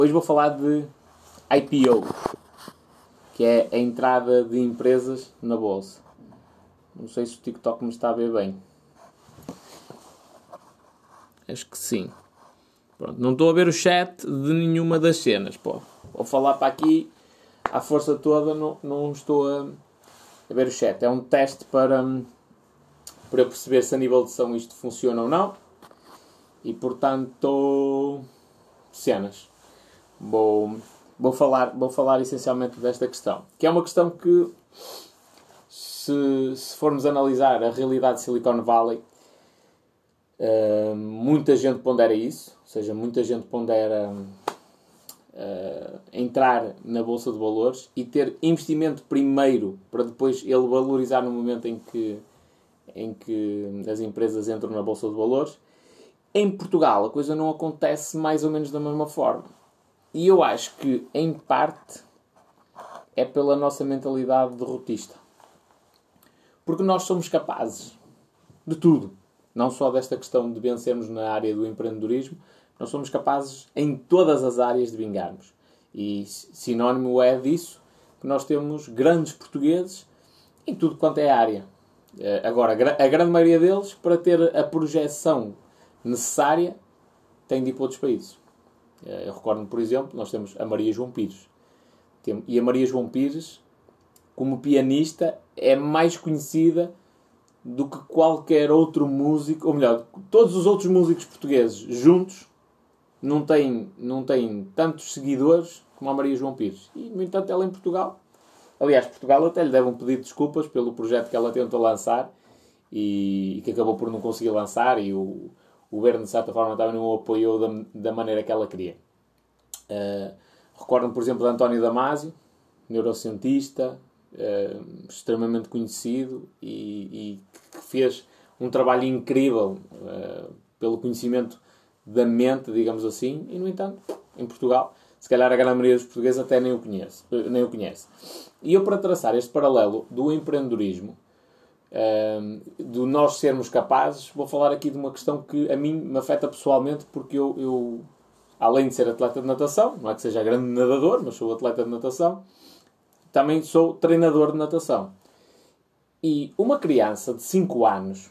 Hoje vou falar de IPO, que é a entrada de empresas na bolsa. Não sei se o TikTok me está a ver bem. Acho que sim. Pronto, não estou a ver o chat de nenhuma das cenas. Pô. Vou falar para aqui à força toda, não estou a ver o chat. É um teste para eu perceber se a nível de som isto funciona ou não. E portanto, cenas. Vou falar essencialmente desta questão. Que é uma questão que, se formos analisar a realidade de Silicon Valley, muita gente pondera isso. Ou seja, muita gente pondera entrar na Bolsa de Valores e ter investimento primeiro para depois ele valorizar no momento em que as empresas entram na Bolsa de Valores. Em Portugal a coisa não acontece mais ou menos da mesma forma. E eu acho que, em parte, é pela nossa mentalidade derrotista. Porque nós somos capazes de tudo. Não só desta questão de vencermos na área do empreendedorismo, nós somos capazes em todas as áreas de vingarmos. E sinónimo é disso que nós temos grandes portugueses em tudo quanto é área. Agora, a grande maioria deles, para ter a projeção necessária, tem de ir para outros países. Eu recordo-me, por exemplo, nós temos a Maria João Pires. E a Maria João Pires, como pianista, é mais conhecida do que qualquer outro músico, ou melhor, todos os outros músicos portugueses juntos não têm tantos seguidores como a Maria João Pires. E, no entanto, ela em Portugal, aliás, Portugal até lhe deve um pedido de desculpas pelo projeto que ela tentou lançar e que acabou por não conseguir lançar, e o governo, de certa forma, também não o apoiou da maneira que ela queria. Recordo-me, por exemplo, de António Damasio, neurocientista, extremamente conhecido e que fez um trabalho incrível pelo conhecimento da mente, digamos assim, e, no entanto, em Portugal, se calhar a grande maioria dos portugueses até nem o conhece. E eu, para traçar este paralelo do empreendedorismo, de nós sermos capazes, vou falar aqui de uma questão que a mim me afeta pessoalmente, porque eu além de ser atleta de natação, não é que seja grande nadador, mas sou atleta de natação, também sou treinador de natação. E uma criança de 5 anos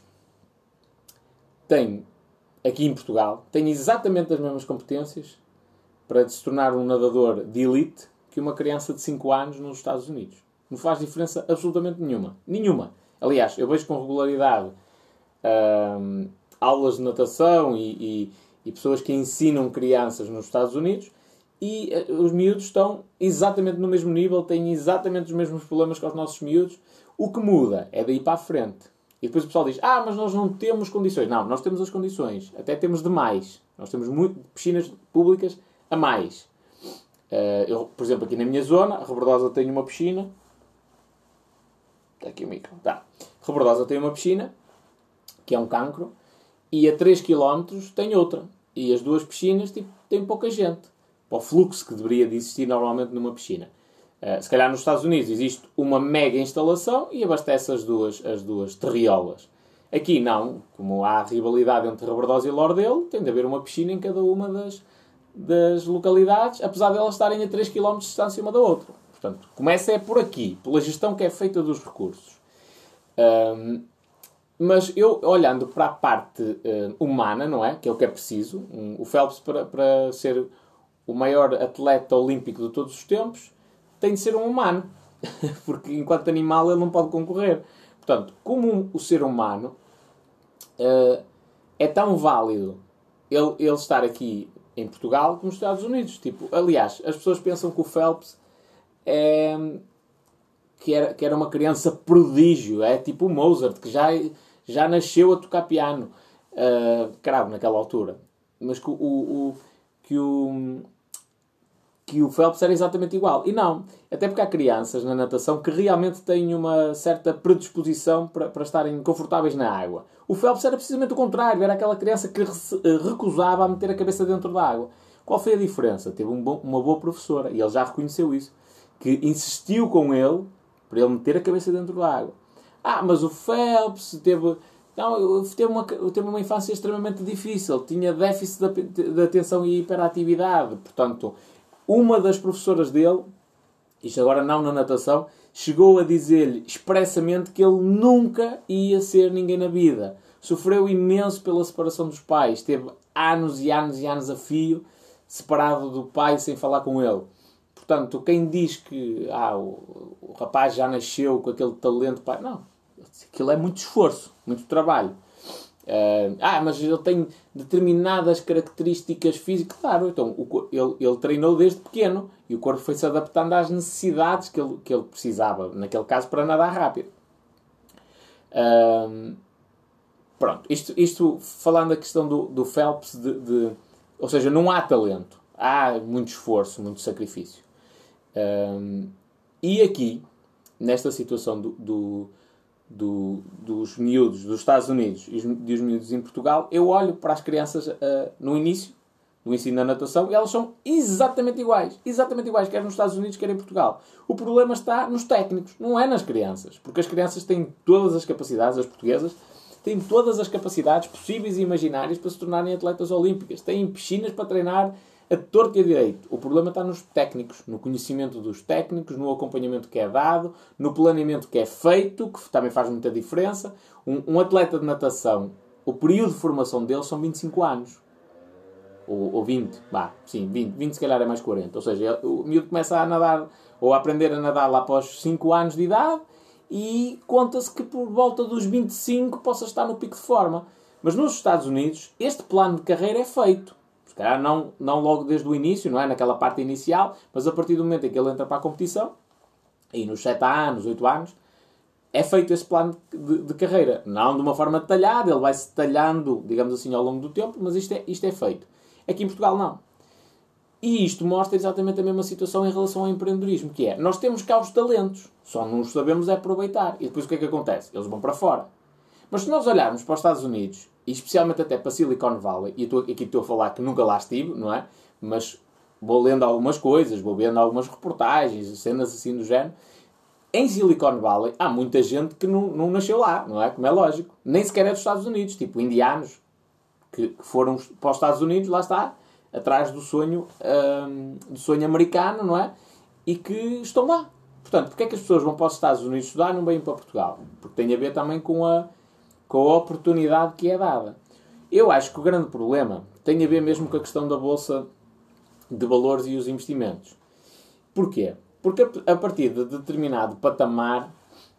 tem, aqui em Portugal, tem exatamente as mesmas competências para se tornar um nadador de elite que uma criança de 5 anos nos Estados Unidos. Não faz diferença absolutamente nenhuma. Nenhuma. Aliás, eu vejo com regularidade aulas de natação e pessoas que ensinam crianças nos Estados Unidos, e os miúdos estão exatamente no mesmo nível, têm exatamente os mesmos problemas que os nossos miúdos. O que muda é daí para a frente. E depois o pessoal diz, mas nós não temos condições. Não, nós temos as condições. Até temos demais. Nós temos piscinas públicas a mais. Eu, por exemplo, aqui na minha zona, a Rebordosa tem uma piscina. Está aqui o micro. Tá. Rebordosa tem uma piscina, que é um cancro, e a 3 km tem outra. E as duas piscinas têm pouca gente. Para o fluxo que deveria de existir normalmente numa piscina. Se calhar nos Estados Unidos existe uma mega instalação e abastece as duas terriolas. Aqui não. Como há rivalidade entre Rebordosa e Lordelo, tem de haver uma piscina em cada uma das localidades, apesar de elas estarem a 3 km de distância uma da outra. Portanto, começa por aqui, pela gestão que é feita dos recursos. Mas eu, olhando para a parte humana, não é? Que é o que é preciso. O Phelps, para ser o maior atleta olímpico de todos os tempos, tem de ser um humano. Porque, enquanto animal, ele não pode concorrer. Portanto, como o ser humano, é tão válido ele estar aqui em Portugal como nos Estados Unidos. Aliás, as pessoas pensam que o Phelps que era uma criança prodígio, é tipo o Mozart, que já nasceu a tocar piano, claro, naquela altura, mas que o Phelps era exatamente igual. E não, até porque há crianças na natação que realmente têm uma certa predisposição para estarem confortáveis na água. O Phelps era precisamente o contrário, era aquela criança que recusava a meter a cabeça dentro da água. Qual foi a diferença? Teve uma boa professora, e ele já reconheceu isso, que insistiu com ele para ele meter a cabeça dentro da água. Mas o Phelps teve uma infância extremamente difícil. Tinha déficit de atenção e hiperatividade. Portanto, uma das professoras dele, isto agora não na natação, chegou a dizer-lhe expressamente que ele nunca ia ser ninguém na vida. Sofreu imenso pela separação dos pais. Teve anos e anos e anos a fio separado do pai sem falar com ele. Portanto, quem diz que o rapaz já nasceu com aquele talento... Pai, não. Aquilo é muito esforço, muito trabalho. Mas ele tem determinadas características físicas. Claro, então ele treinou desde pequeno e o corpo foi-se adaptando às necessidades que ele precisava, naquele caso, para nadar rápido. Pronto, isto falando da questão do Phelps, ou seja, não há talento, há muito esforço, muito sacrifício. E aqui, nesta situação dos miúdos dos Estados Unidos e dos miúdos em Portugal, eu olho para as crianças no início do ensino da natação e elas são exatamente iguais, quer nos Estados Unidos, quer em Portugal. O problema está nos técnicos, não é nas crianças, porque as crianças têm todas as capacidades, as portuguesas, têm todas as capacidades possíveis e imaginárias para se tornarem atletas olímpicas, têm piscinas para treinar a torto e a direito. O problema está nos técnicos, no conhecimento dos técnicos, no acompanhamento que é dado, no planeamento que é feito, que também faz muita diferença. Um atleta de natação, o período de formação dele são 25 anos. Ou 20, 20 se calhar é mais 40. Ou seja, o miúdo começa a nadar, ou a aprender a nadar lá após 5 anos de idade, e conta-se que por volta dos 25 possa estar no pico de forma. Mas nos Estados Unidos, este plano de carreira é feito. Se calhar não logo desde o início, não é? Naquela parte inicial, mas a partir do momento em que ele entra para a competição, e nos 7 anos, 8 anos, é feito esse plano de carreira. Não de uma forma detalhada, ele vai-se detalhando, digamos assim, ao longo do tempo, mas isto é feito. Aqui em Portugal não. E isto mostra exatamente a mesma situação em relação ao empreendedorismo, que é, nós temos cá os talentos, só não os sabemos é aproveitar. E depois o que é que acontece? Eles vão para fora. Mas se nós olharmos para os Estados Unidos, e especialmente até para Silicon Valley, e aqui estou a falar que nunca lá estive, não é? Mas vou lendo algumas coisas, vou vendo algumas reportagens, cenas assim do género. Em Silicon Valley há muita gente que não nasceu lá, não é? Como é lógico. Nem sequer é dos Estados Unidos, tipo indianos que foram para os Estados Unidos, lá está, atrás do sonho americano, não é? E que estão lá. Portanto, porque é que as pessoas vão para os Estados Unidos estudar e não vêm para Portugal? Porque tem a ver também com a oportunidade que é dada. Eu acho que o grande problema tem a ver mesmo com a questão da Bolsa de Valores e os investimentos. Porquê? Porque a partir de determinado patamar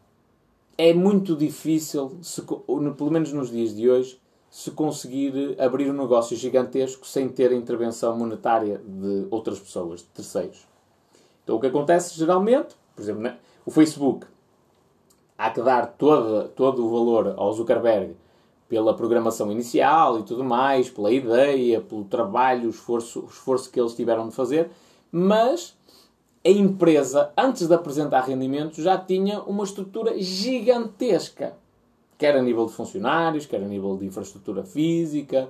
é muito difícil, pelo menos nos dias de hoje, se conseguir abrir um negócio gigantesco sem ter a intervenção monetária de outras pessoas, de terceiros. Então o que acontece geralmente, por exemplo, né, o Facebook, há que dar todo o valor ao Zuckerberg pela programação inicial e tudo mais, pela ideia, pelo trabalho, o esforço que eles tiveram de fazer, mas a empresa, antes de apresentar rendimentos, já tinha uma estrutura gigantesca. Quer a nível de funcionários, quer a nível de infraestrutura física,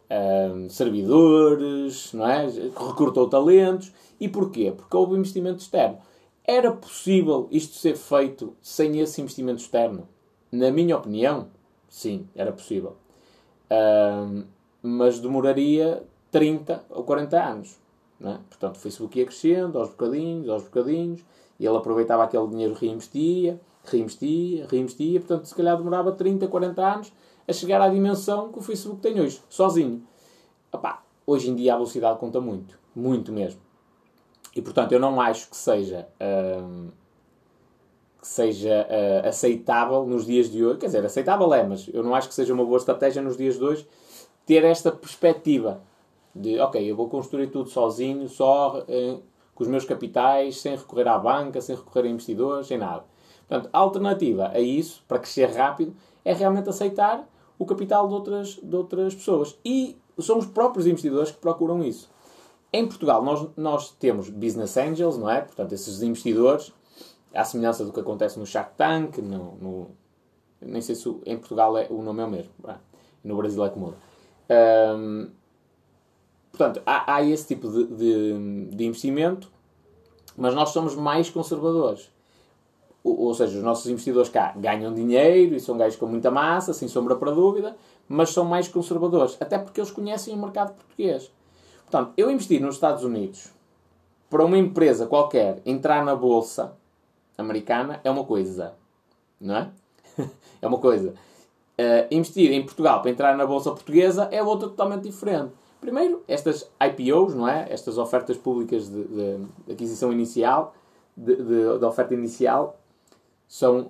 servidores, não é? Recrutou talentos. E porquê? Porque houve investimento externo. Era possível isto ser feito sem esse investimento externo? Na minha opinião, sim, era possível. Mas demoraria 30 ou 40 anos. Não é? Portanto, o Facebook ia crescendo aos bocadinhos, e ele aproveitava aquele dinheiro, reinvestia. Portanto, se calhar demorava 30, 40 anos a chegar à dimensão que o Facebook tem hoje, sozinho. Hoje em dia a velocidade conta muito, muito mesmo. E, portanto, eu não acho que seja aceitável nos dias de hoje. Quer dizer, aceitável é, mas eu não acho que seja uma boa estratégia nos dias de hoje ter esta perspectiva de, ok, eu vou construir tudo sozinho, só com os meus capitais, sem recorrer à banca, sem recorrer a investidores, sem nada. Portanto, a alternativa a isso, para crescer rápido, é realmente aceitar o capital de outras pessoas. E são os próprios investidores que procuram isso. Em Portugal, nós temos business angels, não é? Portanto, esses investidores, à semelhança do que acontece no Shark Tank, nem sei se em Portugal o nome é o mesmo. No Brasil é que muda. Portanto, há esse tipo de investimento, mas nós somos mais conservadores. Ou seja, os nossos investidores cá ganham dinheiro e são gajos com muita massa, sem sombra para dúvida, mas são mais conservadores, até porque eles conhecem o mercado português. Portanto, eu investir nos Estados Unidos para uma empresa qualquer entrar na bolsa americana é uma coisa, não é? É uma coisa. Investir em Portugal para entrar na bolsa portuguesa é outra totalmente diferente. Primeiro, estas IPOs, não é? Estas ofertas públicas de aquisição inicial, de oferta inicial, são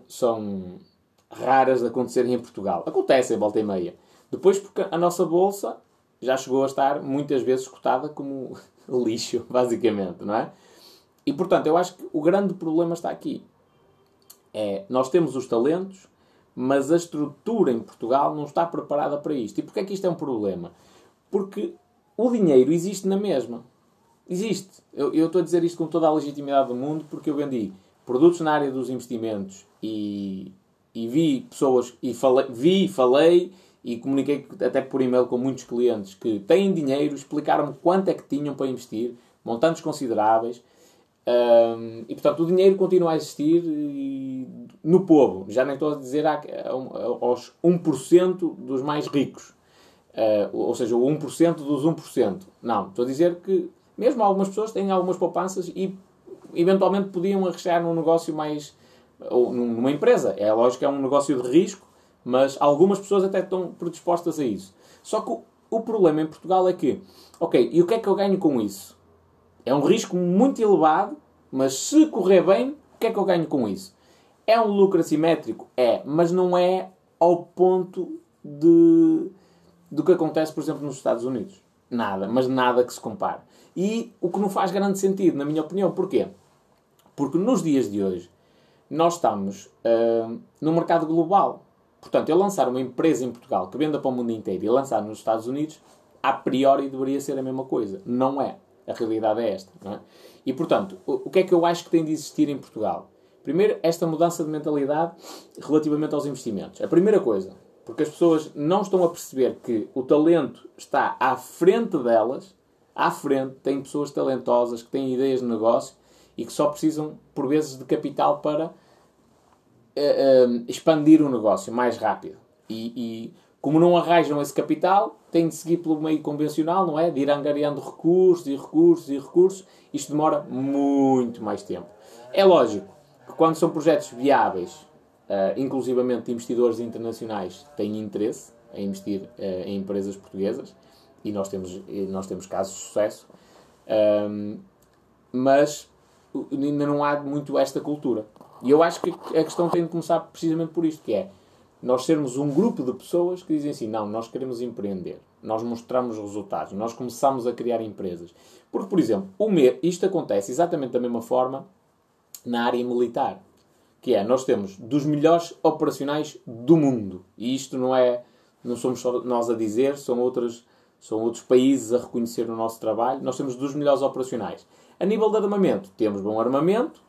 raras de acontecerem em Portugal. Acontecem, volta e meia. Depois, porque a nossa bolsa já chegou a estar muitas vezes cotada como lixo, basicamente, não é? E, portanto, eu acho que o grande problema está aqui. Nós temos os talentos, mas a estrutura em Portugal não está preparada para isto. E porquê é que isto é um problema? Porque o dinheiro existe na mesma. Existe. Eu estou a dizer isto com toda a legitimidade do mundo porque eu vendi produtos na área dos investimentos e vi pessoas, falei e comuniquei até por e-mail com muitos clientes que têm dinheiro, explicaram-me quanto é que tinham para investir, montantes consideráveis, e portanto o dinheiro continua a existir no povo. Já nem estou a dizer aos 1% dos mais ricos, ou seja, o 1% dos 1%. Não, estou a dizer que mesmo algumas pessoas têm algumas poupanças e eventualmente podiam arriscar num negócio mais, ou numa empresa. É lógico que é um negócio de risco, mas algumas pessoas até estão predispostas a isso. Só que o problema em Portugal é que, ok, e o que é que eu ganho com isso? É um risco muito elevado, mas se correr bem, o que é que eu ganho com isso? É um lucro assimétrico? É, mas não é ao ponto do que acontece, por exemplo, nos Estados Unidos. Nada, mas nada que se compare. E o que não faz grande sentido, na minha opinião. Porquê? Porque nos dias de hoje, nós estamos no mercado global. Portanto, eu lançar uma empresa em Portugal que venda para o mundo inteiro e lançar nos Estados Unidos, a priori deveria ser a mesma coisa. Não é. A realidade é esta. Não é? E, portanto, o que é que eu acho que tem de existir em Portugal? Primeiro, esta mudança de mentalidade relativamente aos investimentos. A primeira coisa, porque as pessoas não estão a perceber que o talento está à frente delas, à frente, tem pessoas talentosas que têm ideias de negócio e que só precisam, por vezes, de capital para expandir o negócio mais rápido. E como não arranjam esse capital, têm de seguir pelo meio convencional, não é? De ir angariando recursos e recursos e recursos. Isto demora muito mais tempo. É lógico que quando são projetos viáveis, inclusivamente investidores internacionais têm interesse em investir em empresas portuguesas, e nós temos casos de sucesso, mas ainda não há muito esta cultura. E eu acho que a questão tem de começar precisamente por isto, que é nós sermos um grupo de pessoas que dizem assim, não, nós queremos empreender, nós mostramos resultados, nós começamos a criar empresas. Porque, por exemplo, isto acontece exatamente da mesma forma na área militar, que é, nós temos dos melhores operacionais do mundo, e isto não somos só nós a dizer, são outros países a reconhecer o nosso trabalho. Nós temos dos melhores operacionais. A nível de armamento, temos bom armamento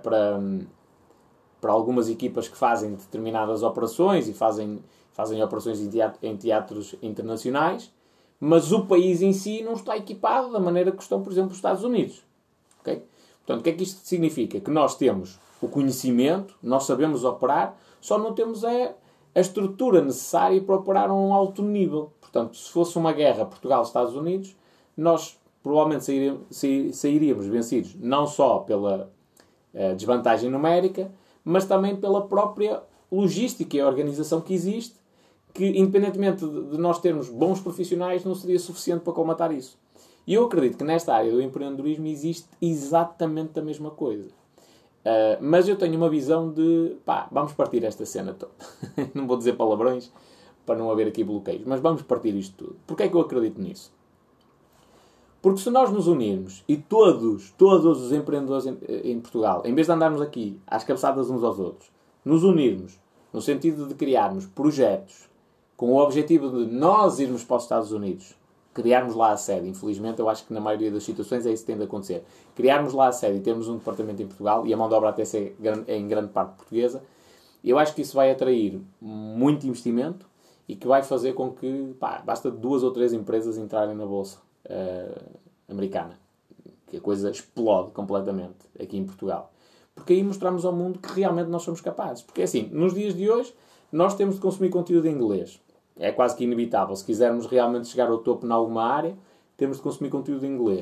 para algumas equipas que fazem determinadas operações e fazem operações em teatros internacionais, mas o país em si não está equipado da maneira que estão, por exemplo, os Estados Unidos. Okay? Portanto, o que é que isto significa? Que nós temos o conhecimento, nós sabemos operar, só não temos a estrutura necessária para operar a um alto nível. Portanto, se fosse uma guerra Portugal-Estados Unidos, nós provavelmente sairíamos vencidos não só pela desvantagem numérica, mas também pela própria logística e a organização que existe, que independentemente de nós termos bons profissionais, não seria suficiente para combater isso. E eu acredito que nesta área do empreendedorismo existe exatamente a mesma coisa. Mas eu tenho uma visão de, vamos partir esta cena toda. Não vou dizer palavrões para não haver aqui bloqueios, mas vamos partir isto tudo. Porquê é que eu acredito nisso? Porque se nós nos unirmos e todos os empreendedores em Portugal, em vez de andarmos aqui às cabeçadas uns aos outros, nos unirmos no sentido de criarmos projetos com o objetivo de nós irmos para os Estados Unidos, criarmos lá a sede, infelizmente eu acho que na maioria das situações é isso que tem de acontecer, criarmos lá a sede e termos um departamento em Portugal, e a mão de obra até ser em grande parte portuguesa, eu acho que isso vai atrair muito investimento e que vai fazer com que basta 2 ou 3 empresas entrarem na bolsa americana, que a coisa explode completamente aqui em Portugal. Porque aí mostramos ao mundo que realmente nós somos capazes. Porque assim, nos dias de hoje, nós temos de consumir conteúdo em inglês. É quase que inevitável. Se quisermos realmente chegar ao topo em alguma área, temos de consumir conteúdo em inglês.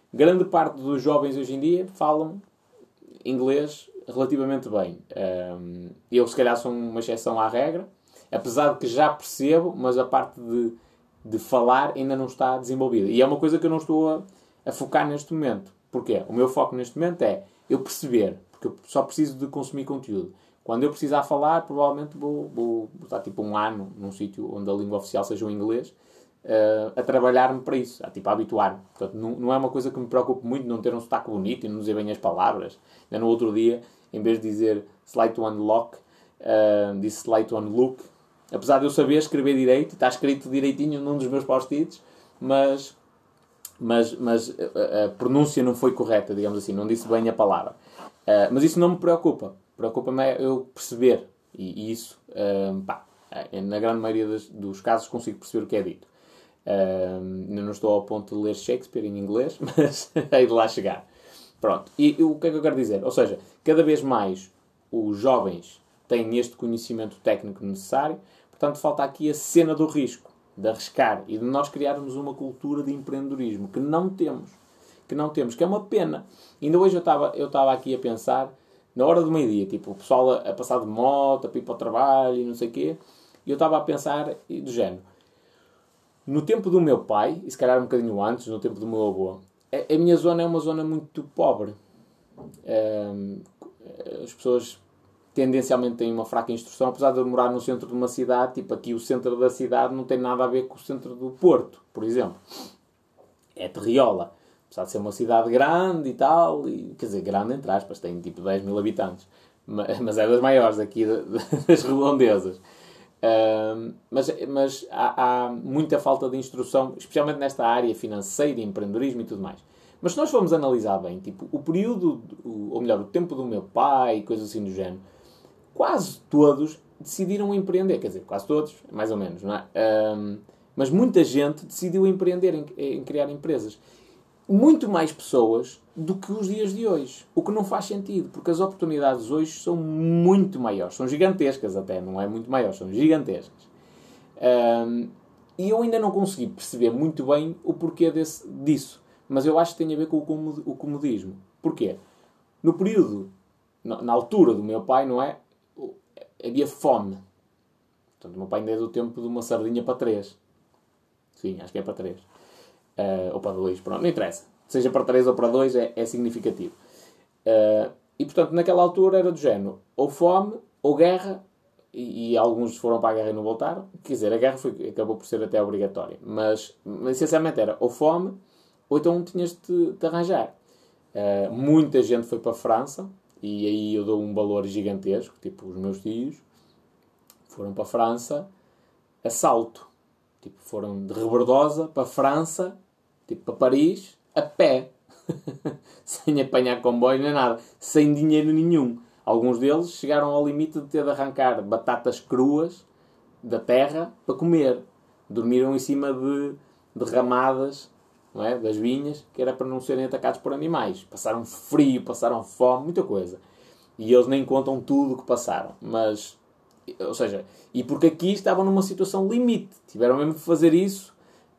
grande parte dos jovens hoje em dia falam inglês relativamente bem. Eu, se calhar, sou uma exceção à regra, apesar de que já percebo, mas a parte de falar ainda não está desenvolvida. E é uma coisa que eu não estou a focar neste momento. Porquê? O meu foco neste momento é eu perceber, porque eu só preciso de consumir conteúdo. Quando eu precisar falar, provavelmente vou estar tipo um ano num sítio onde a língua oficial seja o inglês, a trabalhar-me para isso, a habituar-me. Portanto, não é uma coisa que me preocupe muito não ter um sotaque bonito e não dizer bem as palavras. Ainda no outro dia, em vez de dizer slide to unlock, disse slide to unlook. Apesar de eu saber escrever direito, está escrito direitinho num dos meus post-its, mas a pronúncia não foi correta, digamos assim, não disse bem a palavra. Mas isso não me preocupa. Preocupa-me é eu perceber. E isso, na grande maioria dos casos, consigo perceber o que é dito. Ainda não estou ao ponto de ler Shakespeare em inglês, mas hei de lá chegar. Pronto. E o que é que eu quero dizer? Ou seja, cada vez mais os jovens têm este conhecimento técnico necessário, portanto falta aqui a cena do risco, de arriscar e de nós criarmos uma cultura de empreendedorismo que não temos, que é uma pena. Ainda hoje eu estava aqui a pensar, na hora do meio-dia, tipo, o pessoal a passar de moto, a ir para o trabalho e não sei o quê, e eu estava a pensar do género, no tempo do meu pai, e se calhar um bocadinho antes, no tempo do meu avô, a minha zona é uma zona muito pobre. As pessoas tendencialmente têm uma fraca instrução, apesar de eu morar no centro de uma cidade, tipo aqui o centro da cidade não tem nada a ver com o centro do Porto, por exemplo. É Terriola. Apesar de ser uma cidade grande e tal, quer dizer, grande entre aspas, tem tipo 10 mil habitantes, mas é das maiores aqui das redondezas. Mas há muita falta de instrução, especialmente nesta área financeira, empreendedorismo e tudo mais. Mas se nós formos analisar bem, tipo, o período, ou melhor, o tempo do meu pai e coisas assim do género, quase todos decidiram empreender. Quer dizer, quase todos, mais ou menos, não é? Mas muita gente decidiu empreender, em criar empresas. Muito mais pessoas do que os dias de hoje. O que não faz sentido, porque as oportunidades hoje são muito maiores. São gigantescas até, não é muito maiores, são gigantescas. E eu ainda não consegui perceber muito bem o porquê disso. Mas eu acho que tem a ver com o comodismo. Porquê? No período, na altura do meu pai, não é? Havia fome. Portanto, o meu pai ainda é do tempo de uma sardinha para 3. Sim, acho que é para 3. Ou para 2, pronto, não interessa. Seja para 3 ou para 2 é significativo. E portanto, naquela altura era do género, ou fome, ou guerra, e alguns foram para a guerra e não voltaram. Quer dizer, a guerra acabou por ser até obrigatória. Mas essencialmente era ou fome, ou então tinhas de arranjar. Muita gente foi para a França, e aí eu dou um valor gigantesco, tipo os meus tios, foram para a França a salto. Tipo, foram de Rebordosa para a França, tipo para Paris, a pé. Sem apanhar comboio nem nada. Sem dinheiro nenhum. Alguns deles chegaram ao limite de ter de arrancar batatas cruas da terra para comer. Dormiram em cima de ramadas, não é? Das vinhas, que era para não serem atacados por animais. Passaram frio, passaram fome, muita coisa. E eles nem contam tudo o que passaram. Mas, ou seja, e porque aqui estavam numa situação limite. Tiveram mesmo de fazer isso,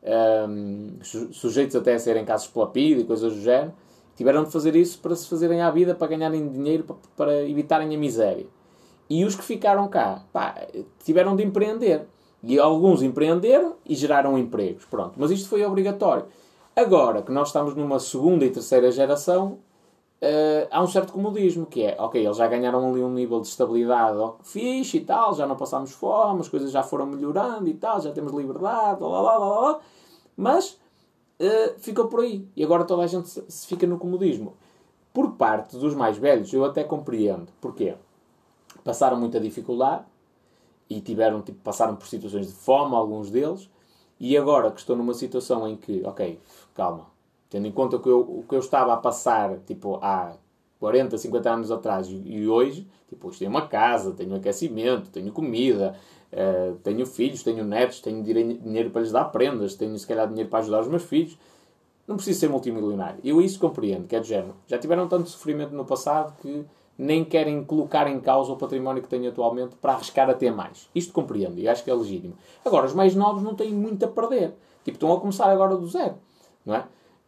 sujeitos até a serem casos pela PIDE e coisas do género. Tiveram de fazer isso para se fazerem à vida, para ganharem dinheiro, para evitarem a miséria. E os que ficaram cá, tiveram de empreender. E alguns empreenderam e geraram empregos. Pronto. Mas isto foi obrigatório. Agora que nós estamos numa segunda e terceira geração, há um certo comodismo, que é, ok, eles já ganharam ali um nível de estabilidade fixe e tal, já não passámos fome, as coisas já foram melhorando e tal, já temos liberdade, mas ficou por aí. E agora toda a gente se fica no comodismo. Por parte dos mais velhos, eu até compreendo. Porquê? Passaram muita dificuldade e passaram por situações de fome, alguns deles, e agora que estou numa situação em que, ok, calma, tendo em conta o que eu estava a passar, tipo, há 40, 50 anos atrás e hoje, tipo, hoje tenho uma casa, tenho aquecimento, tenho comida, tenho filhos, tenho netos, tenho dinheiro para lhes dar prendas, tenho, se calhar, dinheiro para ajudar os meus filhos. Não preciso ser multimilionário. Eu isso compreendo, que é do género. Já tiveram tanto sofrimento no passado que nem querem colocar em causa o património que têm atualmente para arriscar a ter mais. Isto compreendo e acho que é legítimo. Agora, os mais novos não têm muito a perder. Tipo, estão a começar agora do zero, não é?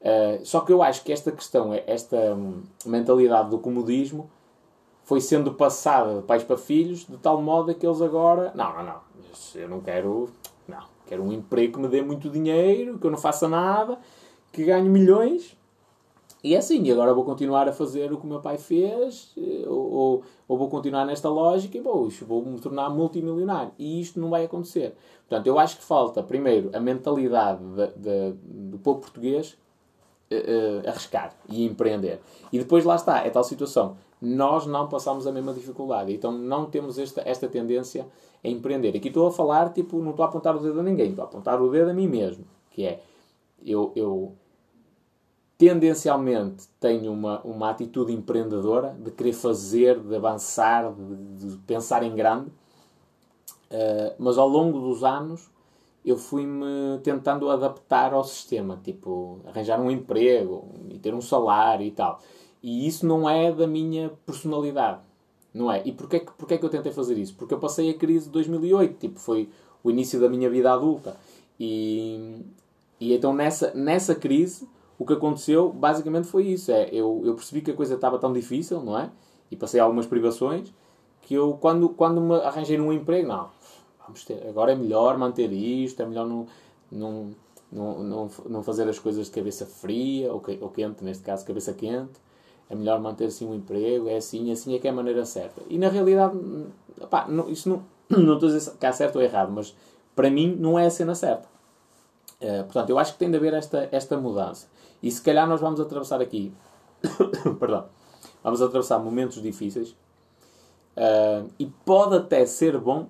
Só que eu acho que esta questão, esta mentalidade do comodismo, foi sendo passada de pais para filhos, de tal modo que eles agora... Não, eu não quero... Não, quero um emprego que me dê muito dinheiro, que eu não faça nada, que ganhe milhões. E é assim, e agora vou continuar a fazer o que o meu pai fez, ou vou continuar nesta lógica e vou me tornar multimilionário. E isto não vai acontecer. Portanto, eu acho que falta, primeiro, a mentalidade do povo português arriscar e empreender. E depois lá está, é tal situação. Nós não passamos a mesma dificuldade. Então não temos esta tendência a empreender. Aqui estou a falar, não estou a apontar o dedo a ninguém. Estou a apontar o dedo a mim mesmo. Que é, eu tendencialmente tenho uma atitude empreendedora, de querer fazer, de avançar, de pensar em grande. Mas ao longo dos anos eu fui-me tentando adaptar ao sistema, arranjar um emprego e ter um salário e tal. E isso não é da minha personalidade, não é? E porquê que eu tentei fazer isso? Porque eu passei a crise de 2008, foi o início da minha vida adulta. E então nessa crise, o que aconteceu basicamente foi isso. Eu percebi que a coisa estava tão difícil, não é? E passei algumas privações, que eu, quando me arranjei num emprego, agora é melhor manter isto, é melhor não fazer as coisas de cabeça fria, ou quente, neste caso, cabeça quente. É melhor manter assim um emprego, é assim é que é a maneira certa. E na realidade, isso não estou a dizer que há certo ou errado, mas para mim não é a cena certa. Portanto, eu acho que tem de haver esta mudança. E se calhar nós vamos atravessar aqui, perdão, vamos atravessar momentos difíceis, e pode até ser bom.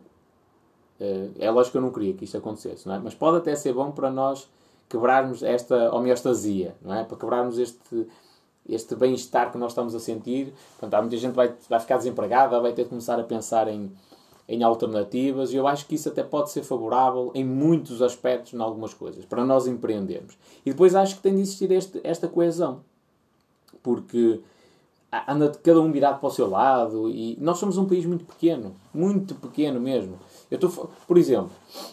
É lógico que eu não queria que isto acontecesse, não é? Mas pode até ser bom para nós quebrarmos esta homeostasia, não é? Para quebrarmos este bem-estar que nós estamos a sentir. Portanto, há muita gente que vai ficar desempregada, vai ter que começar a pensar em alternativas, e eu acho que isso até pode ser favorável em muitos aspectos, em algumas coisas, para nós empreendermos. E depois acho que tem de existir esta coesão, porque anda cada um virado para o seu lado, e nós somos um país muito pequeno mesmo. Por exemplo,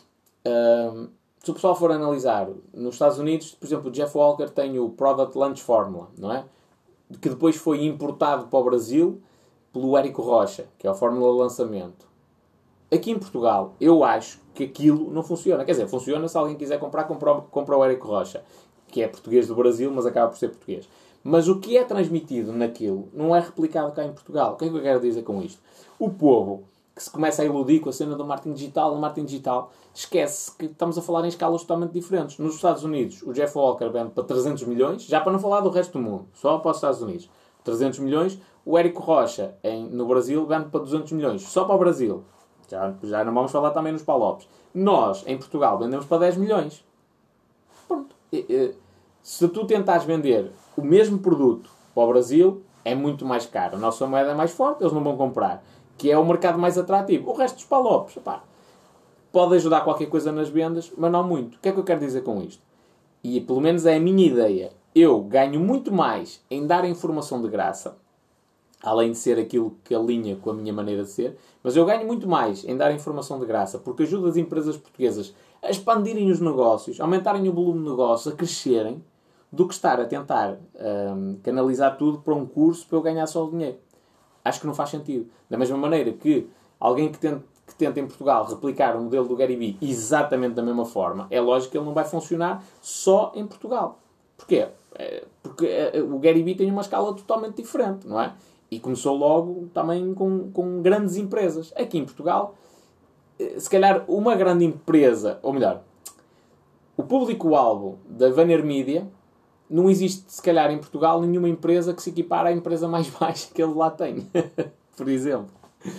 se o pessoal for analisar, nos Estados Unidos, por exemplo, o Jeff Walker tem o Product Launch Formula, não é? Que depois foi importado para o Brasil pelo Érico Rocha, que é a Fórmula de Lançamento. Aqui em Portugal, eu acho que aquilo não funciona. Quer dizer, funciona se alguém quiser comprar, compra o Érico Rocha, que é português do Brasil, mas acaba por ser português. Mas o que é transmitido naquilo não é replicado cá em Portugal. O que é que eu quero dizer com isto? O povo que se começa a iludir com a cena do marketing digital, esquece que estamos a falar em escalas totalmente diferentes. Nos Estados Unidos, o Jeff Walker vende para 300 milhões, já para não falar do resto do mundo, só para os Estados Unidos. 300 milhões. O Érico Rocha, no Brasil, vende para 200 milhões, só para o Brasil. Já não vamos falar também nos Palopes. Nós, em Portugal, vendemos para 10 milhões. Pronto. Se tu tentares vender o mesmo produto para o Brasil, é muito mais caro. A nossa moeda é mais forte, eles não vão comprar. Que é o mercado mais atrativo. O resto dos Palopes, pode ajudar qualquer coisa nas vendas, mas não muito. O que é que eu quero dizer com isto? E pelo menos é a minha ideia. Eu ganho muito mais em dar informação de graça, além de ser aquilo que alinha com a minha maneira de ser, mas eu ganho muito mais em dar informação de graça, porque ajuda as empresas portuguesas a expandirem os negócios, aumentarem o volume de negócios, a crescerem, do que estar a tentar canalizar tudo para um curso para eu ganhar só o dinheiro. Acho que não faz sentido. Da mesma maneira que alguém que tenta em Portugal replicar o modelo do Gary Vee exatamente da mesma forma, é lógico que ele não vai funcionar só em Portugal. Porquê? Porque o Gary Vee tem uma escala totalmente diferente, não é? E começou logo também com grandes empresas. Aqui em Portugal, se calhar uma grande empresa, ou melhor, o público-alvo da VaynerMedia, não existe, se calhar, em Portugal, nenhuma empresa que se equipara à empresa mais baixa que ele lá tem. Por exemplo.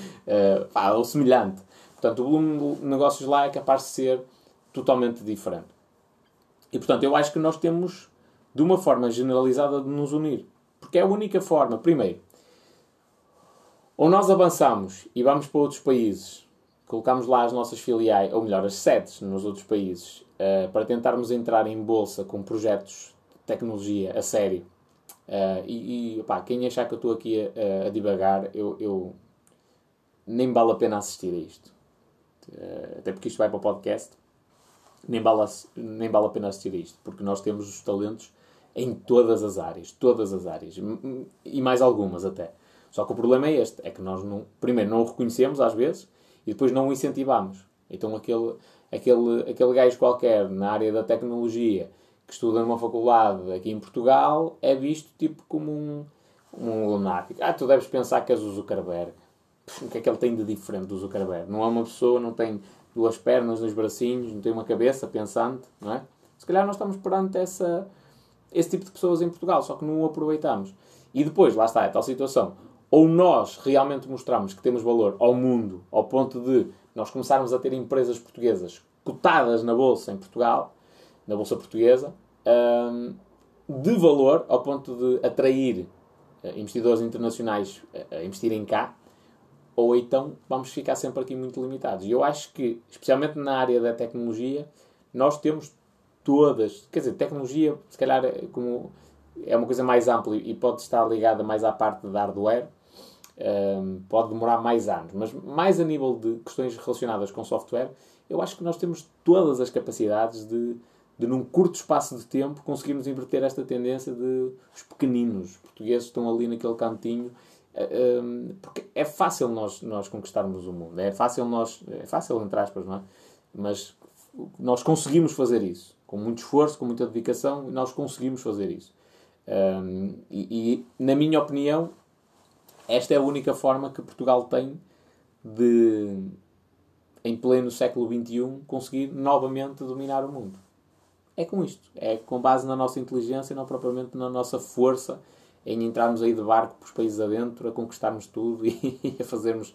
Ou semelhante. Portanto, o volume de negócios lá é capaz de ser totalmente diferente. E, portanto, eu acho que nós temos, de uma forma generalizada, de nos unir. Porque é a única forma, primeiro, ou nós avançamos e vamos para outros países, colocamos lá as nossas filiais, ou melhor, as sedes nos outros países, para tentarmos entrar em bolsa com projetos tecnologia a sério, quem achar que eu estou aqui a divagar, eu nem vale a pena assistir a isto, até porque isto vai para o podcast, nem vale a pena assistir a isto, porque nós temos os talentos Em todas as áreas. Todas as áreas. E mais algumas até. Só que o problema é este. É que nós, primeiro, não o reconhecemos às vezes e depois não o incentivamos. Então aquele gajo qualquer na área da tecnologia que estuda numa faculdade aqui em Portugal é visto tipo como um lunático. Tu deves pensar que és o Zuckerberg. O que é que ele tem de diferente do Zuckerberg? Não é uma pessoa, não tem duas pernas, dois bracinhos, não tem uma cabeça pensante, não é? Se calhar nós estamos perante esse tipo de pessoas em Portugal, só que não o aproveitamos. E depois, lá está, é tal situação. Ou nós realmente mostramos que temos valor ao mundo, ao ponto de nós começarmos a ter empresas portuguesas cotadas na Bolsa em Portugal, na Bolsa Portuguesa, de valor, ao ponto de atrair investidores internacionais a investirem cá, ou então vamos ficar sempre aqui muito limitados. E eu acho que, especialmente na área da tecnologia, nós temos todas, quer dizer, tecnologia, se calhar, como é uma coisa mais ampla e pode estar ligada mais à parte de hardware, pode demorar mais anos, mas mais a nível de questões relacionadas com software, eu acho que nós temos todas as capacidades de num curto espaço de tempo, conseguirmos inverter esta tendência de os pequeninos portugueses estão ali naquele cantinho, porque é fácil nós conquistarmos o mundo, é fácil entre aspas, não é? Mas nós conseguimos fazer isso, com muito esforço, com muita dedicação, e nós conseguimos fazer isso. E na minha opinião, esta é a única forma que Portugal tem de, em pleno século XXI, conseguir novamente dominar o mundo. É com isto. É com base na nossa inteligência e não propriamente na nossa força em entrarmos aí de barco para os países adentro, a conquistarmos tudo e a fazermos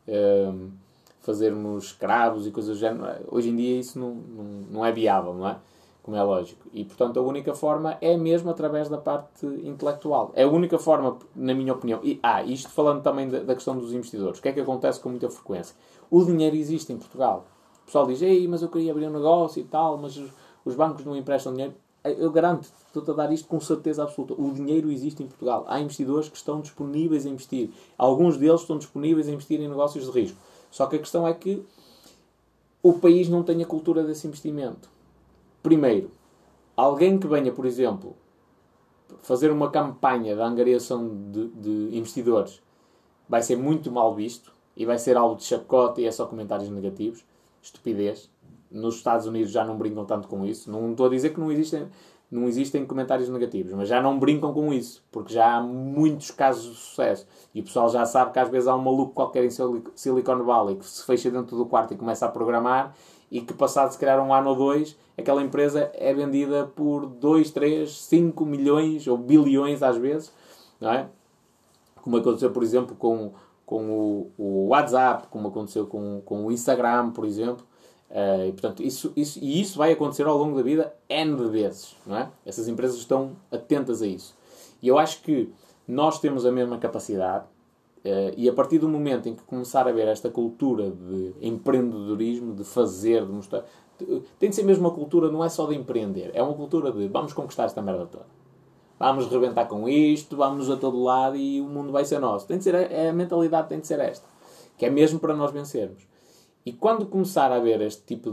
escravos e coisas do género. Hoje em dia isso não é viável, não é? Como é lógico. E, portanto, a única forma é mesmo através da parte intelectual. É a única forma, na minha opinião. Isto falando também da questão dos investidores. O que é que acontece com muita frequência? O dinheiro existe em Portugal. O pessoal diz, mas eu queria abrir um negócio e tal, mas os bancos não emprestam dinheiro. Eu garanto, estou-te a dar isto com certeza absoluta. O dinheiro existe em Portugal. Há investidores que estão disponíveis a investir. Alguns deles estão disponíveis a investir em negócios de risco. Só que a questão é que o país não tem a cultura desse investimento. Primeiro, alguém que venha, por exemplo, fazer uma campanha de angariação de investidores vai ser muito mal visto e vai ser alvo de chacota e é só comentários negativos. Estupidez. Nos Estados Unidos já não brincam tanto com isso. Não estou a dizer que não existem comentários negativos, mas já não brincam com isso, porque já há muitos casos de sucesso. E o pessoal já sabe que às vezes há um maluco qualquer em Silicon Valley que se fecha dentro do quarto e começa a programar e que passado se calhar um ano ou dois, aquela empresa é vendida por 2, 3, 5 milhões ou bilhões às vezes, não é? Como aconteceu, por exemplo, com o WhatsApp, como aconteceu com o Instagram, por exemplo. E, portanto, isso vai acontecer ao longo da vida N de vezes, não é? Essas empresas estão atentas a isso. E eu acho que nós temos a mesma capacidade e a partir do momento em que começar a ver esta cultura de empreendedorismo, de fazer, de mostrar... Tem de ser mesmo uma cultura, não é só de empreender. É uma cultura de vamos conquistar esta merda toda. Vamos rebentar com isto, vamos a todo lado e o mundo vai ser nosso. Tem de ser, a mentalidade tem de ser esta. Que é mesmo para nós vencermos. E quando começar a haver este tipo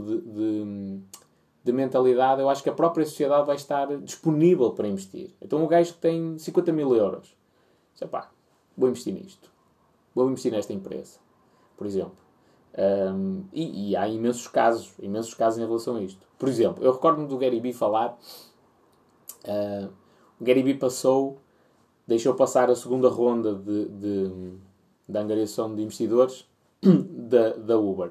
de mentalidade, eu acho que a própria sociedade vai estar disponível para investir. Então o gajo que tem 50 mil euros, diz, vou investir nisto. Vou investir nesta empresa, por exemplo. E há imensos casos em relação a isto. Por exemplo, eu recordo-me do Gary Vee falar. O Gary Vee deixou passar a segunda ronda de angariação de investidores da Uber.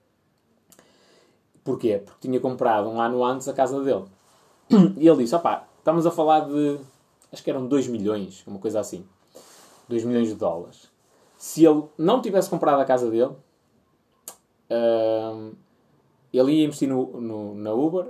Porquê? Porque tinha comprado um ano antes a casa dele. E ele disse, estamos a falar de, acho que eram 2 milhões, uma coisa assim. 2 milhões de dólares. Se ele não tivesse comprado a casa dele, ele ia investir na Uber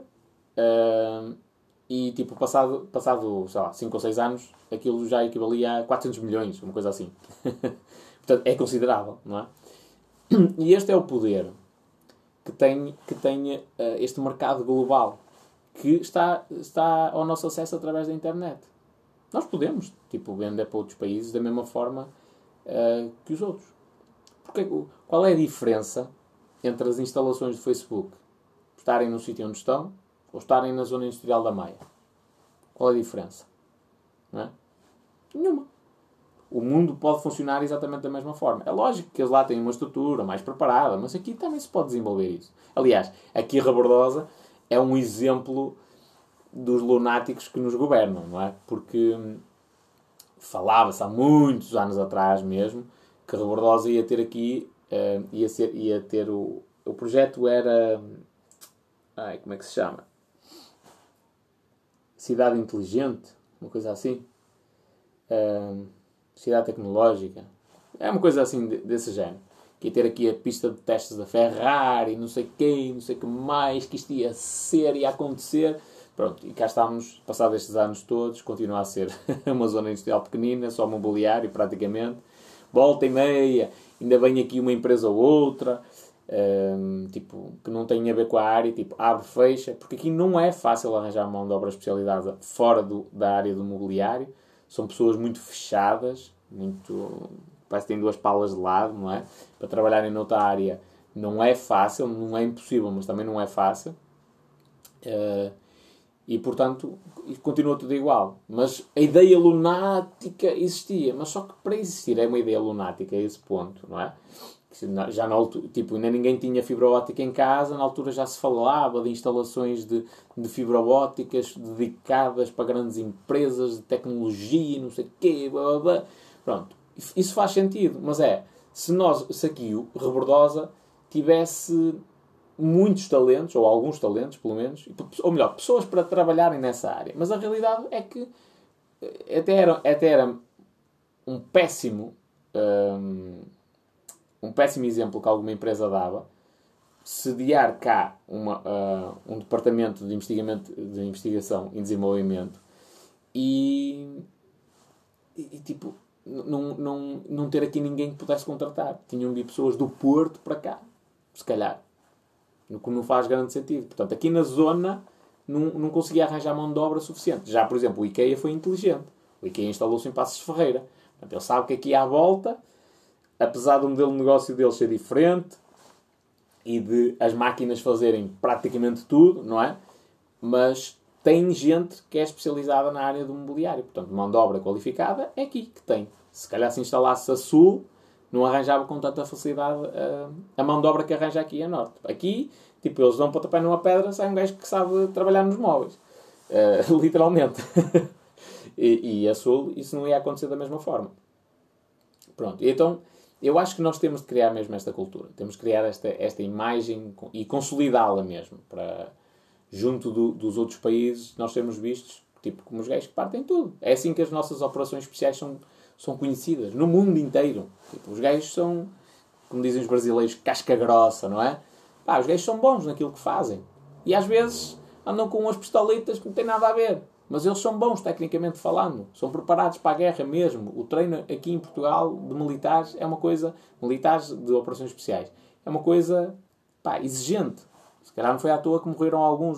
e, tipo, passado sei lá, 5 ou 6 anos, aquilo já equivalia a 400 milhões, uma coisa assim. Portanto, é considerável, não é? E este é o poder que tem este mercado global que está ao nosso acesso através da internet. Nós podemos, vender para outros países da mesma forma que os outros. Porque, qual é a diferença entre as instalações do Facebook estarem no sítio onde estão ou estarem na zona industrial da Maia? Qual é a diferença? Não é? Nenhuma. O mundo pode funcionar exatamente da mesma forma. É lógico que eles lá têm uma estrutura mais preparada, mas aqui também se pode desenvolver isso. Aliás, aqui a Rebordosa é um exemplo dos lunáticos que nos governam, não é? Porque falava-se há muitos anos atrás mesmo que a Rebordosa ia ter aqui, ia ter o projeto era... como é que se chama? Cidade inteligente, uma coisa assim. Cidade tecnológica. É uma coisa assim desse género. Que ia ter aqui a pista de testes da Ferrari, não sei quem, não sei o que mais, que isto ia ser, ia acontecer. Pronto, e cá estamos, passados estes anos todos, continua a ser uma zona industrial pequenina, só mobiliário praticamente. Volta e meia, ainda vem aqui uma empresa ou outra, tipo, que não tem a ver com a área, tipo, abre, fecha, porque aqui não é fácil arranjar mão de obra especializada fora da área do mobiliário. São pessoas muito fechadas, muito... parece que têm duas palas de lado, não é? Para trabalharem noutra área não é fácil, não é impossível, mas também não é fácil. E, portanto, continua tudo igual. Mas a ideia lunática existia. Mas só que para existir é uma ideia lunática a esse ponto, não é? Já na altura, tipo, ainda ninguém tinha fibra óptica em casa, na altura já se falava de instalações de fibra ópticas dedicadas para grandes empresas de tecnologia, não sei o quê, blá, blá, blá. Pronto, isso faz sentido, mas se aqui o Rebordosa tivesse muitos talentos, ou alguns talentos, pelo menos, ou melhor, pessoas para trabalharem nessa área, mas a realidade é que até era um péssimo exemplo que alguma empresa dava, sediar cá um departamento de investigação e desenvolvimento e tipo, não ter aqui ninguém que pudesse contratar. Tinham de ir pessoas do Porto para cá, se calhar. O que não faz grande sentido. Portanto, aqui na zona não conseguia arranjar mão de obra suficiente. Já, por exemplo, o IKEA foi inteligente. O IKEA instalou-se em Passos de Ferreira. Portanto, ele sabe que aqui à volta, apesar do modelo de negócio deles ser diferente e de as máquinas fazerem praticamente tudo, não é? Mas tem gente que é especializada na área do mobiliário. Portanto, mão de obra qualificada é aqui que tem. Se calhar se instalasse a Sul, não arranjava com tanta facilidade a mão de obra que arranja aqui a Norte. Aqui, tipo, eles dão pontapé numa pedra, sai um gajo que sabe trabalhar nos móveis. Literalmente. e a Sul, isso não ia acontecer da mesma forma. Pronto, e então eu acho que nós temos de criar mesmo esta cultura. Temos de criar esta imagem e consolidá-la mesmo. Para, junto dos outros países, nós sermos vistos tipo, como os gajos que partem tudo. É assim que as nossas operações especiais são conhecidas. No mundo inteiro. Tipo, os gajos são, como dizem os brasileiros, casca grossa, não é? Pá, os gajos são bons naquilo que fazem. E às vezes andam com umas pistolitas que não têm nada a ver. Mas eles são bons, tecnicamente falando. São preparados para a guerra mesmo. O treino aqui em Portugal de militares é uma coisa... Militares de operações especiais. É uma coisa, pá, exigente. Se calhar não foi à toa que morreram alguns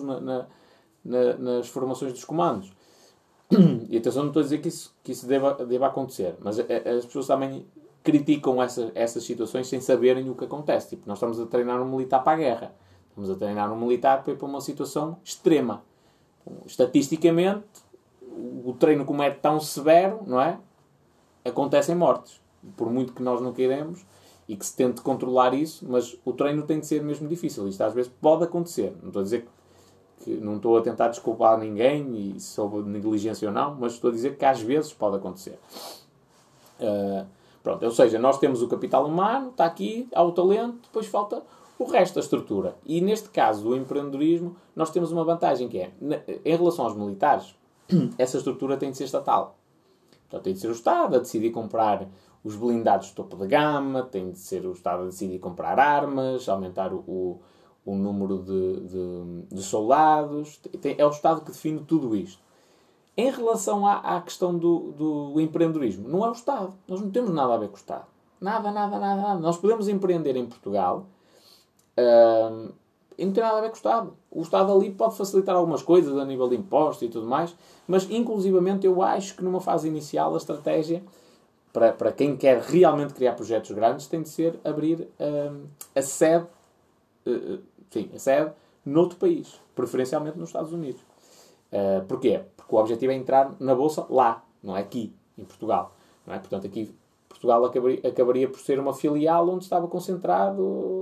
nas formações dos comandos. E atenção, não estou a dizer que isso deva acontecer. Mas as pessoas também criticam essas situações sem saberem o que acontece. Tipo, nós estamos a treinar um militar para a guerra. Estamos a treinar um militar para ir para uma situação extrema. Estatisticamente, o treino, como é tão severo, não é? Acontecem mortes. Por muito que nós não queiramos e que se tente controlar isso, mas o treino tem de ser mesmo difícil. Isto às vezes pode acontecer. Não estou a dizer que não estou a tentar desculpar ninguém e sobre negligência ou não, mas estou a dizer que às vezes pode acontecer. Pronto, ou seja, nós temos o capital humano, está aqui, há o talento, depois falta o resto da estrutura. E neste caso do empreendedorismo, nós temos uma vantagem que é, em relação aos militares, essa estrutura tem de ser estatal. Portanto, tem de ser o Estado a decidir comprar os blindados de topo de gama, tem de ser o Estado a decidir comprar armas, aumentar o número de soldados. É o Estado que define tudo isto. Em relação à questão do empreendedorismo, não é o Estado. Nós não temos nada a ver com o Estado. Nada, nada, nada, nada. Nós podemos empreender em Portugal e não tem nada a ver com o Estado. O Estado ali pode facilitar algumas coisas a nível de impostos e tudo mais, mas inclusivamente eu acho que numa fase inicial a estratégia para quem quer realmente criar projetos grandes tem de ser abrir a sede noutro país, preferencialmente nos Estados Unidos. Porquê? Porque porque o objetivo é entrar na bolsa lá, não é aqui, em Portugal. Não é? Portanto, aqui Portugal acabaria por ser uma filial onde estavam concentrados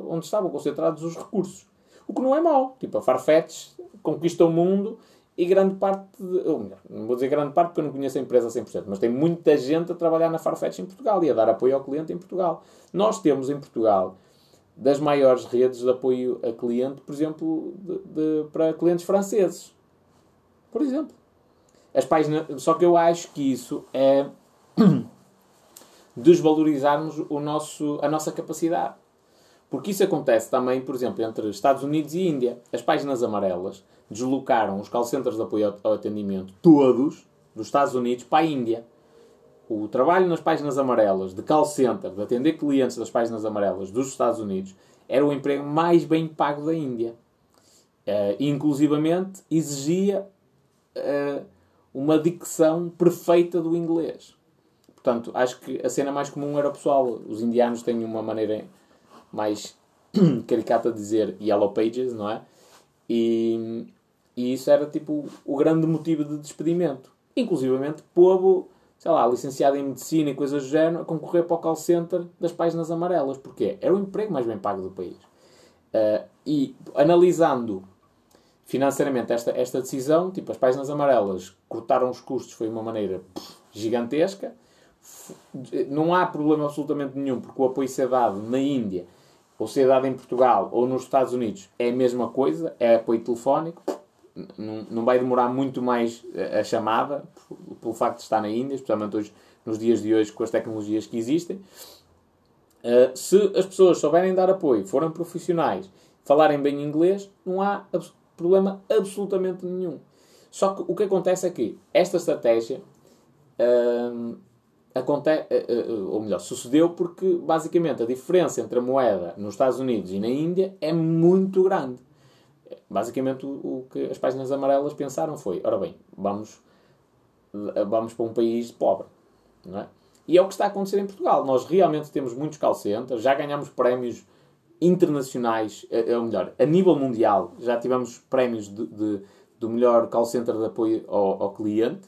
os recursos. O que não é mau. Tipo, a Farfetch conquista o mundo e grande parte... ou melhor, não vou dizer grande parte porque eu não conheço a empresa a 100%, mas tem muita gente a trabalhar na Farfetch em Portugal e a dar apoio ao cliente em Portugal. Nós temos em Portugal das maiores redes de apoio a cliente, por exemplo, para clientes franceses. Por exemplo. Só que eu acho que isso é desvalorizarmos a nossa capacidade. Porque isso acontece também, por exemplo, entre Estados Unidos e Índia. As páginas amarelas deslocaram os call centers de apoio ao atendimento, todos, dos Estados Unidos para a Índia. O trabalho nas páginas amarelas de call center, de atender clientes das páginas amarelas dos Estados Unidos, era o emprego mais bem pago da Índia. Inclusivamente, exigia uma dicção perfeita do inglês. Portanto, acho que a cena mais comum era o pessoal. Os indianos têm uma maneira mais caricata de dizer Yellow Pages, não é? E isso era tipo o grande motivo de despedimento. Inclusivamente, povo, sei lá, licenciado em medicina e coisas do género, a concorrer para o call center das páginas amarelas. Porquê? Era o emprego mais bem pago do país. E analisando financeiramente esta decisão, tipo, as páginas amarelas cortaram os custos, foi uma maneira gigantesca. Não há problema absolutamente nenhum, porque o apoio ser dado na Índia, ou ser dado em Portugal, ou nos Estados Unidos, é a mesma coisa, é apoio telefónico. Não vai demorar muito mais a chamada, pelo facto de estar na Índia, especialmente hoje, nos dias de hoje, com as tecnologias que existem. Se as pessoas souberem dar apoio, forem profissionais, falarem bem inglês, não há problema absolutamente nenhum. Só que o que acontece é que esta estratégia sucedeu porque, basicamente, a diferença entre a moeda nos Estados Unidos e na Índia é muito grande. Basicamente, o que as páginas amarelas pensaram foi, ora bem, vamos para um país pobre, não é? E é o que está a acontecer em Portugal. Nós realmente temos muitos call centers, já ganhamos prémios internacionais, ou melhor, a nível mundial, já tivemos prémios do melhor call center de apoio ao cliente.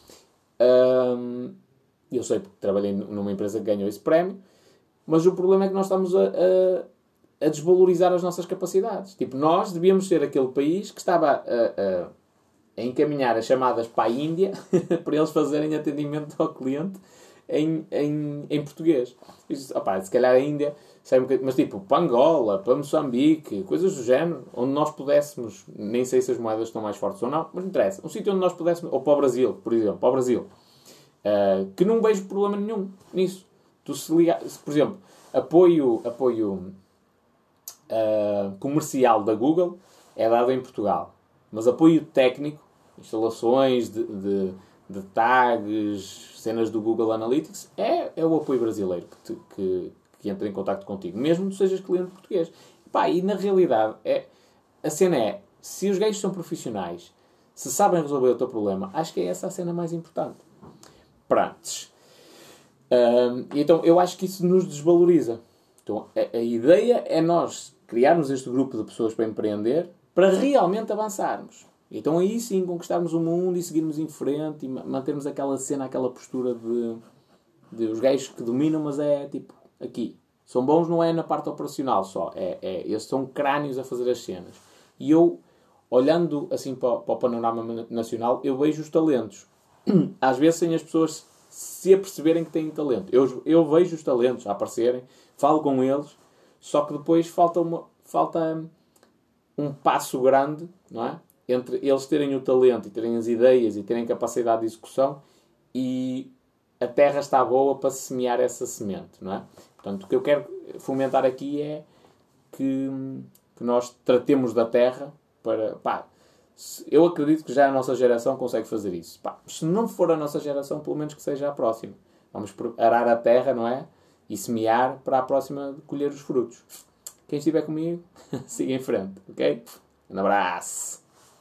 Eu sei porque trabalhei numa empresa que ganhou esse prémio, mas o problema é que nós estamos a desvalorizar as nossas capacidades. Tipo, nós devíamos ser aquele país que estava a encaminhar as chamadas para a Índia para eles fazerem atendimento ao cliente em português. E disse, se calhar a Índia, mas tipo, para Angola, para Moçambique, coisas do género, onde nós pudéssemos, nem sei se as moedas estão mais fortes ou não, mas não interessa, um sítio onde nós pudéssemos, ou para o Brasil, por exemplo, para o Brasil, que não vejo problema nenhum nisso. Tu se liga, por exemplo, apoio comercial da Google é dado em Portugal, mas apoio técnico, instalações de tags, cenas do Google Analytics, é o apoio brasileiro que entra em contacto contigo, mesmo que tu sejas cliente português. E na realidade, a cena é, se os gajos são profissionais, se sabem resolver o teu problema, acho que é essa a cena mais importante. Prontos. Então, eu acho que isso nos desvaloriza. Então, a ideia é nós criarmos este grupo de pessoas para empreender, para realmente avançarmos. Então, aí sim, conquistarmos o mundo e seguirmos em frente e mantermos aquela cena, aquela postura de os gajos que dominam, mas é tipo, aqui. São bons não é na parte operacional só. Eles são crânios a fazer as cenas. E eu, olhando assim para o panorama nacional, eu vejo os talentos. Às vezes sem as pessoas se aperceberem que têm talento. Eu vejo os talentos a aparecerem, falo com eles, só que depois falta um passo grande, não é? Entre eles terem o talento e terem as ideias e terem capacidade de execução e a terra está boa para semear essa semente, não é? Portanto, o que eu quero fomentar aqui é que nós tratemos da terra para... eu acredito que já a nossa geração consegue fazer isso. Se não for a nossa geração, pelo menos que seja a próxima. Vamos arar a terra, não é? E semear para a próxima colher os frutos. Quem estiver comigo, siga em frente, ok? Um abraço!